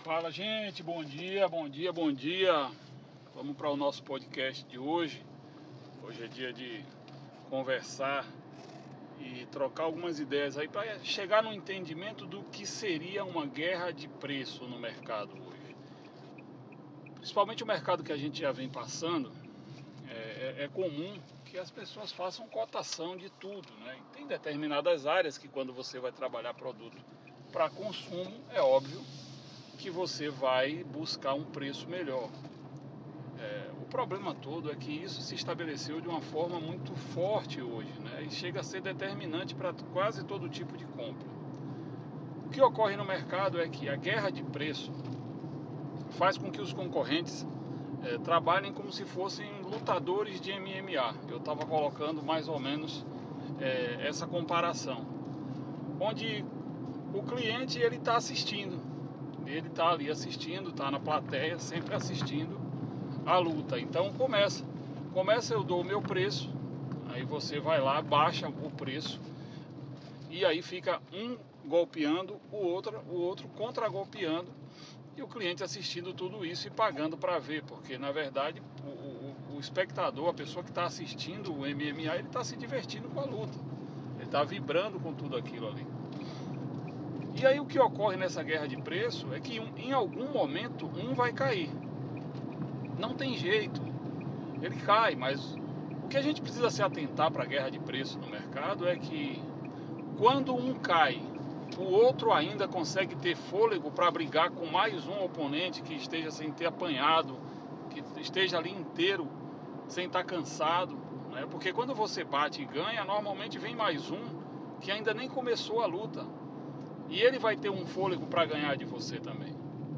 Fala, gente, bom dia. Vamos para o nosso podcast de hoje. Hoje é dia de conversar e trocar algumas ideias aí para chegar no entendimento do que seria uma guerra de preço no mercado hoje. Principalmente o mercado que a gente já vem passando, é comum que as pessoas façam cotação de tudo, né? E tem determinadas áreas que quando você vai trabalhar produto para consumo, é óbvio que você vai buscar um preço melhor. O problema todo é que isso se estabeleceu de uma forma muito forte hoje, né? E chega a ser determinante para quase todo tipo de compra. O que ocorre no mercado é que a guerra de preço faz com que os concorrentes trabalhem como se fossem lutadores de MMA. Eu estava colocando mais ou menos essa comparação, onde o cliente ele está assistindo. Ele está ali assistindo, está na plateia, sempre assistindo a luta. Então começa, eu dou o meu preço, aí você vai lá, baixa o preço, e aí fica um golpeando o outro contra-golpeando, e o cliente assistindo tudo isso e pagando para ver, porque na verdade o espectador, a pessoa que está assistindo o MMA, ele está se divertindo com a luta, ele está vibrando com tudo aquilo ali. E aí o que ocorre nessa guerra de preço é que em algum momento um vai cair. Não tem jeito, ele cai, mas o que a gente precisa se atentar para a guerra de preço no mercado é que quando um cai, o outro ainda consegue ter fôlego para brigar com mais um oponente que esteja sem ter apanhado, que esteja ali inteiro, sem estar cansado, né? Porque quando você bate e ganha, normalmente vem mais um que ainda nem começou a luta. E ele vai ter um fôlego para ganhar de você também.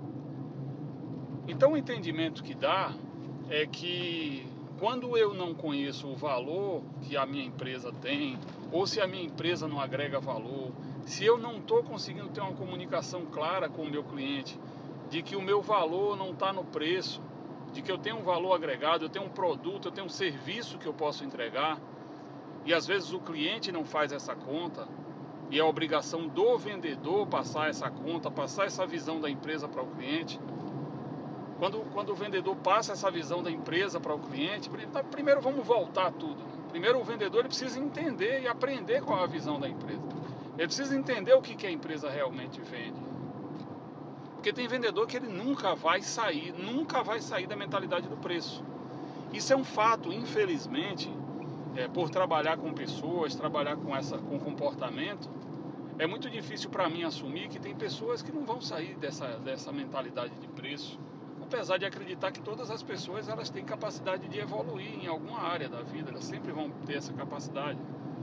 Então o entendimento que dá é que quando eu não conheço o valor que a minha empresa tem, ou se a minha empresa não agrega valor, se eu não estou conseguindo ter uma comunicação clara com o meu cliente, de que o meu valor não está no preço, de que eu tenho um valor agregado, eu tenho um produto, eu tenho um serviço que eu posso entregar, e às vezes o cliente não faz essa conta, e é a obrigação do vendedor passar essa conta, passar essa visão da empresa para o cliente. Quando o vendedor passa essa visão da empresa para o cliente, primeiro vamos voltar tudo. Primeiro o vendedor ele precisa entender e aprender qual é a visão da empresa. Ele precisa entender o que a empresa realmente vende. Porque tem vendedor que ele nunca vai sair da mentalidade do preço. Isso é um fato, infelizmente, por trabalhar com pessoas, trabalhar com comportamento, é muito difícil para mim assumir que tem pessoas que não vão sair dessa mentalidade de preço, apesar de acreditar que todas as pessoas elas têm capacidade de evoluir em alguma área da vida, elas sempre vão ter essa capacidade.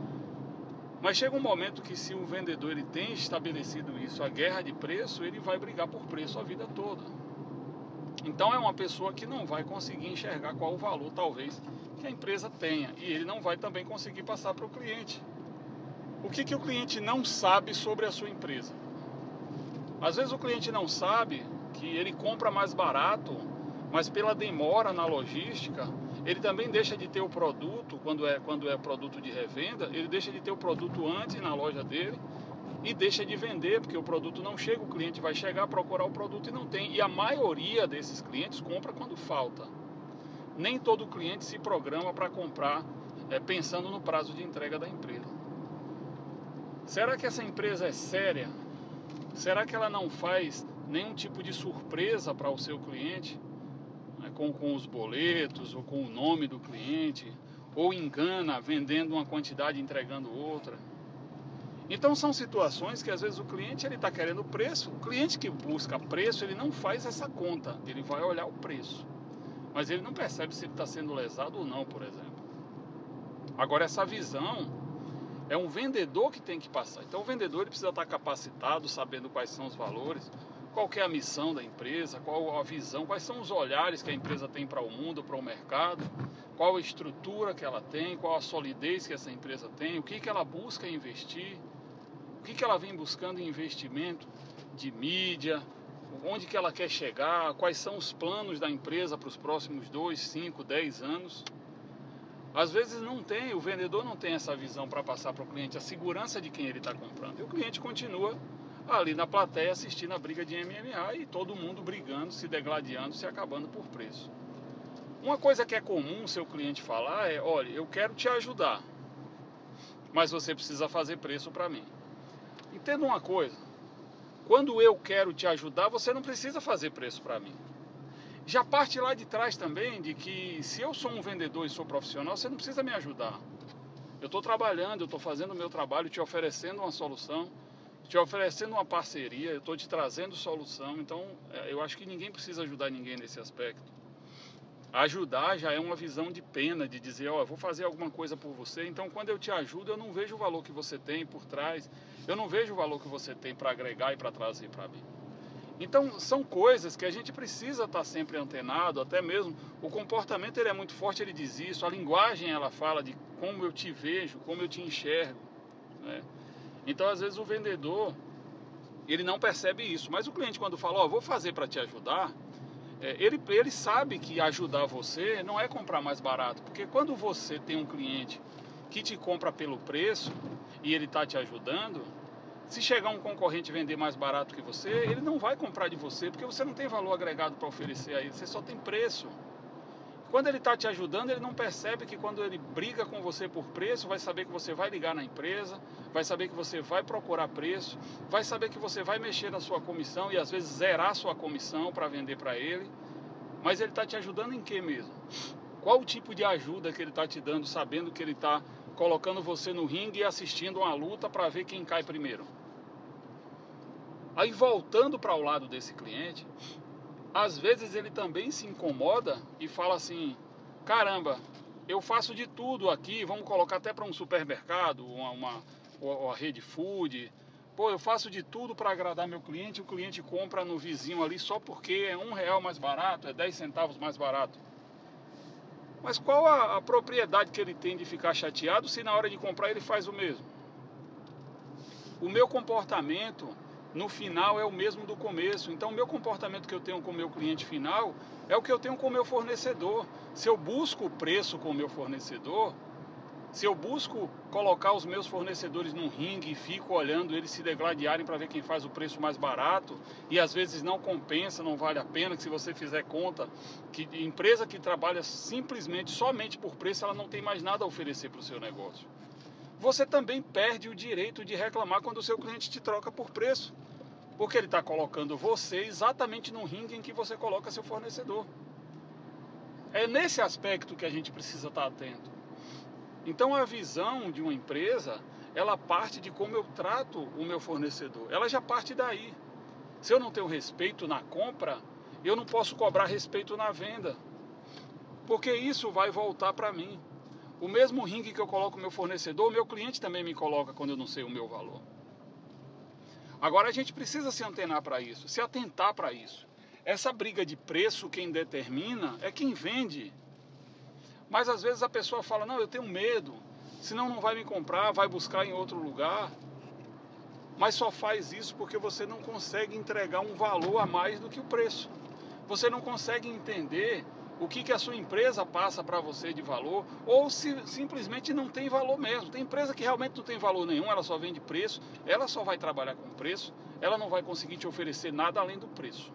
Mas chega um momento que se o vendedor ele tem estabelecido isso, a guerra de preço, ele vai brigar por preço a vida toda. Então é uma pessoa que não vai conseguir enxergar qual o valor talvez que a empresa tenha, e ele não vai também conseguir passar para o cliente. O que o cliente não sabe sobre a sua empresa? Às vezes o cliente não sabe que ele compra mais barato, mas pela demora na logística, ele também deixa de ter o produto, quando é produto de revenda, ele deixa de ter o produto antes na loja dele e deixa de vender, porque o produto não chega, o cliente vai chegar, procurar o produto e não tem. E a maioria desses clientes compra quando falta. Nem todo cliente se programa para comprar pensando no prazo de entrega da empresa. Será que essa empresa é séria? Será que ela não faz nenhum tipo de surpresa para o seu cliente, né, com os boletos ou com o nome do cliente, ou engana vendendo uma quantidade e entregando outra? Então são situações que às vezes o cliente está querendo preço, o cliente que busca preço ele não faz essa conta, ele vai olhar o preço, mas ele não percebe se ele está sendo lesado ou não, por exemplo. Agora essa visão é um vendedor que tem que passar. Então o vendedor ele precisa estar capacitado, sabendo quais são os valores, qual que é a missão da empresa, qual a visão, quais são os olhares que a empresa tem para o mundo, para o mercado, qual a estrutura que ela tem, qual a solidez que essa empresa tem, o que ela busca investir, o que ela vem buscando em investimento de mídia, onde que ela quer chegar, quais são os planos da empresa para os próximos 2, 5, 10 anos. Às vezes o vendedor não tem essa visão para passar para o cliente, a segurança de quem ele está comprando. E o cliente continua ali na plateia assistindo a briga de MMA e todo mundo brigando, se degladiando, se acabando por preço. Uma coisa que é comum seu cliente falar é: olha, eu quero te ajudar, mas você precisa fazer preço para mim. Entenda uma coisa, quando eu quero te ajudar, você não precisa fazer preço para mim. Já parte lá de trás também de que se eu sou um vendedor e sou profissional, você não precisa me ajudar. Eu estou trabalhando, eu estou fazendo o meu trabalho, te oferecendo uma solução, te oferecendo uma parceria, eu estou te trazendo solução. Então, eu acho que ninguém precisa ajudar ninguém nesse aspecto. Ajudar já é uma visão de pena, de dizer, ó, eu vou fazer alguma coisa por você, então quando eu te ajudo, eu não vejo o valor que você tem por trás, eu não vejo o valor que você tem para agregar e para trazer para mim. Então, são coisas que a gente precisa estar sempre antenado, até mesmo o comportamento ele é muito forte, ele diz isso, a linguagem ela fala de como eu te vejo, como eu te enxergo, né? Então, às vezes o vendedor, ele não percebe isso, mas o cliente quando fala, ó, vou fazer para te ajudar, ele sabe que ajudar você não é comprar mais barato, porque quando você tem um cliente que te compra pelo preço e ele está te ajudando, se chegar um concorrente vender mais barato que você, ele não vai comprar de você, porque você não tem valor agregado para oferecer a ele, você só tem preço. Quando ele está te ajudando, ele não percebe que quando ele briga com você por preço, vai saber que você vai ligar na empresa, vai saber que você vai procurar preço, vai saber que você vai mexer na sua comissão e às vezes zerar sua comissão para vender para ele. Mas ele está te ajudando em que mesmo? Qual o tipo de ajuda que ele está te dando, sabendo que ele está colocando você no ringue e assistindo uma luta para ver quem cai primeiro? Aí voltando para o lado desse cliente, às vezes ele também se incomoda e fala assim, caramba, eu faço de tudo aqui, vamos colocar até para um supermercado, uma rede food, pô, eu faço de tudo para agradar meu cliente, o cliente compra no vizinho ali só porque é R$1 mais barato, é 10 centavos mais barato. Mas qual a propriedade que ele tem de ficar chateado se na hora de comprar ele faz o mesmo? O meu comportamento no final é o mesmo do começo. Então, o meu comportamento que eu tenho com o meu cliente final é o que eu tenho com o meu fornecedor. Se eu busco o preço com o meu fornecedor, se eu busco colocar os meus fornecedores num ringue e fico olhando eles se degladiarem para ver quem faz o preço mais barato, e às vezes não compensa, não vale a pena, que se você fizer conta, que empresa que trabalha simplesmente, somente por preço, ela não tem mais nada a oferecer para o seu negócio. Você também perde o direito de reclamar quando o seu cliente te troca por preço, porque ele está colocando você exatamente no ringue em que você coloca seu fornecedor. É nesse aspecto que a gente precisa estar atento. Então a visão de uma empresa, ela parte de como eu trato o meu fornecedor. Ela já parte daí. Se eu não tenho respeito na compra, eu não posso cobrar respeito na venda, porque isso vai voltar para mim. O mesmo ringue que eu coloco o meu fornecedor, o meu cliente também me coloca quando eu não sei o meu valor. Agora a gente precisa se antenar para isso, se atentar para isso. Essa briga de preço, quem determina é quem vende. Mas às vezes a pessoa fala, não, eu tenho medo, senão não vai me comprar, vai buscar em outro lugar. Mas só faz isso porque você não consegue entregar um valor a mais do que o preço. Você não consegue entender o que a sua empresa passa para você de valor, ou se simplesmente não tem valor mesmo. Tem empresa que realmente não tem valor nenhum, ela só vende preço, ela só vai trabalhar com preço, ela não vai conseguir te oferecer nada além do preço.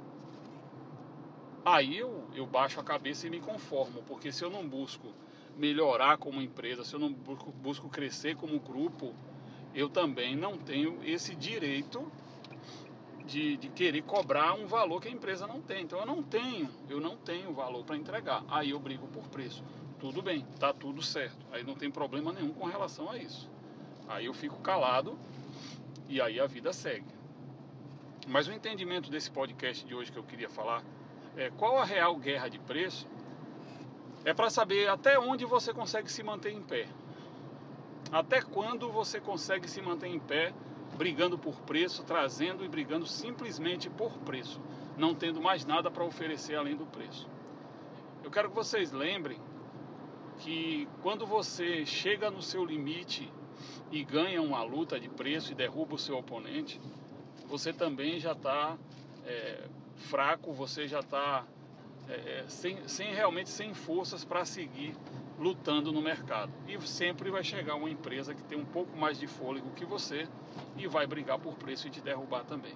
Aí eu baixo a cabeça e me conformo, porque se eu não busco melhorar como empresa, se eu não busco crescer como grupo, eu também não tenho esse direito de querer cobrar um valor que a empresa não tem. Então eu não tenho valor para entregar. Aí eu brigo por preço. Tudo bem, tá tudo certo. Aí não tem problema nenhum com relação a isso. Aí eu fico calado e aí a vida segue. Mas o entendimento desse podcast de hoje que eu queria falar é qual a real guerra de preço, é para saber até onde você consegue se manter em pé. Até quando você consegue se manter em pé brigando por preço, trazendo e brigando simplesmente por preço, não tendo mais nada para oferecer além do preço. Eu quero que vocês lembrem que quando você chega no seu limite e ganha uma luta de preço e derruba o seu oponente, você também já está fraco, você já está realmente sem forças para seguir lutando no mercado. E sempre vai chegar uma empresa que tem um pouco mais de fôlego que você e vai brigar por preço e te derrubar também.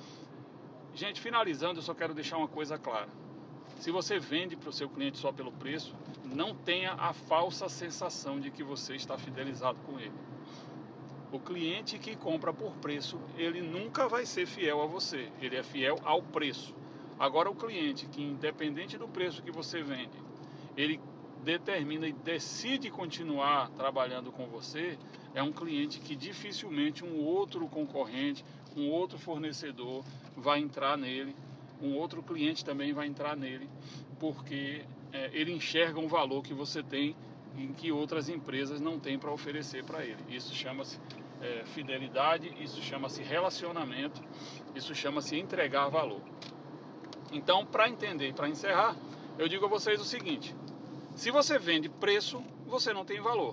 Gente, finalizando, eu só quero deixar uma coisa clara. Se você vende para o seu cliente só pelo preço, não tenha a falsa sensação de que você está fidelizado com ele. O cliente que compra por preço, ele nunca vai ser fiel a você, ele é fiel ao preço. Agora, o cliente que, independente do preço que você vende, ele determina e decide continuar trabalhando com você, é um cliente que dificilmente um outro concorrente, um outro fornecedor vai entrar nele, um outro cliente também vai entrar nele, porque ele enxerga um valor que você tem e que outras empresas não têm para oferecer para ele. Isso chama-se fidelidade, isso chama-se relacionamento, isso chama-se entregar valor. Então, para entender e para encerrar, eu digo a vocês o seguinte: se você vende preço, você não tem valor.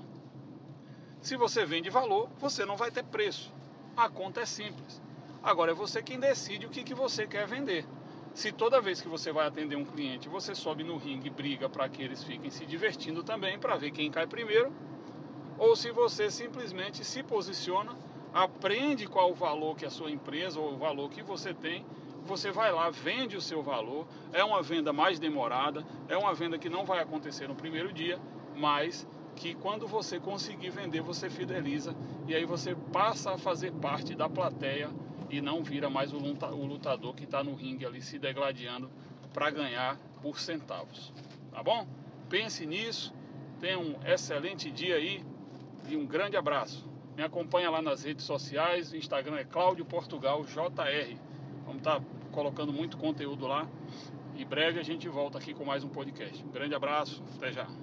Se você vende valor, você não vai ter preço. A conta é simples. Agora é você quem decide o que você quer vender. Se toda vez que você vai atender um cliente, você sobe no ringue e briga para que eles fiquem se divertindo também, para ver quem cai primeiro, ou se você simplesmente se posiciona, aprende qual o valor que a sua empresa ou o valor que você tem, você vai lá, vende o seu valor. É uma venda mais demorada, é uma venda que não vai acontecer no primeiro dia, mas que quando você conseguir vender, você fideliza e aí você passa a fazer parte da plateia e não vira mais o lutador que está no ringue ali se degladiando para ganhar por centavos. Tá bom? Pense nisso, tenha um excelente dia aí e um grande abraço. Me acompanha lá nas redes sociais, o Instagram é Cláudio Portugal JR. Vamos estar colocando muito conteúdo lá. Em breve a gente volta aqui com mais um podcast. Um grande abraço, até já.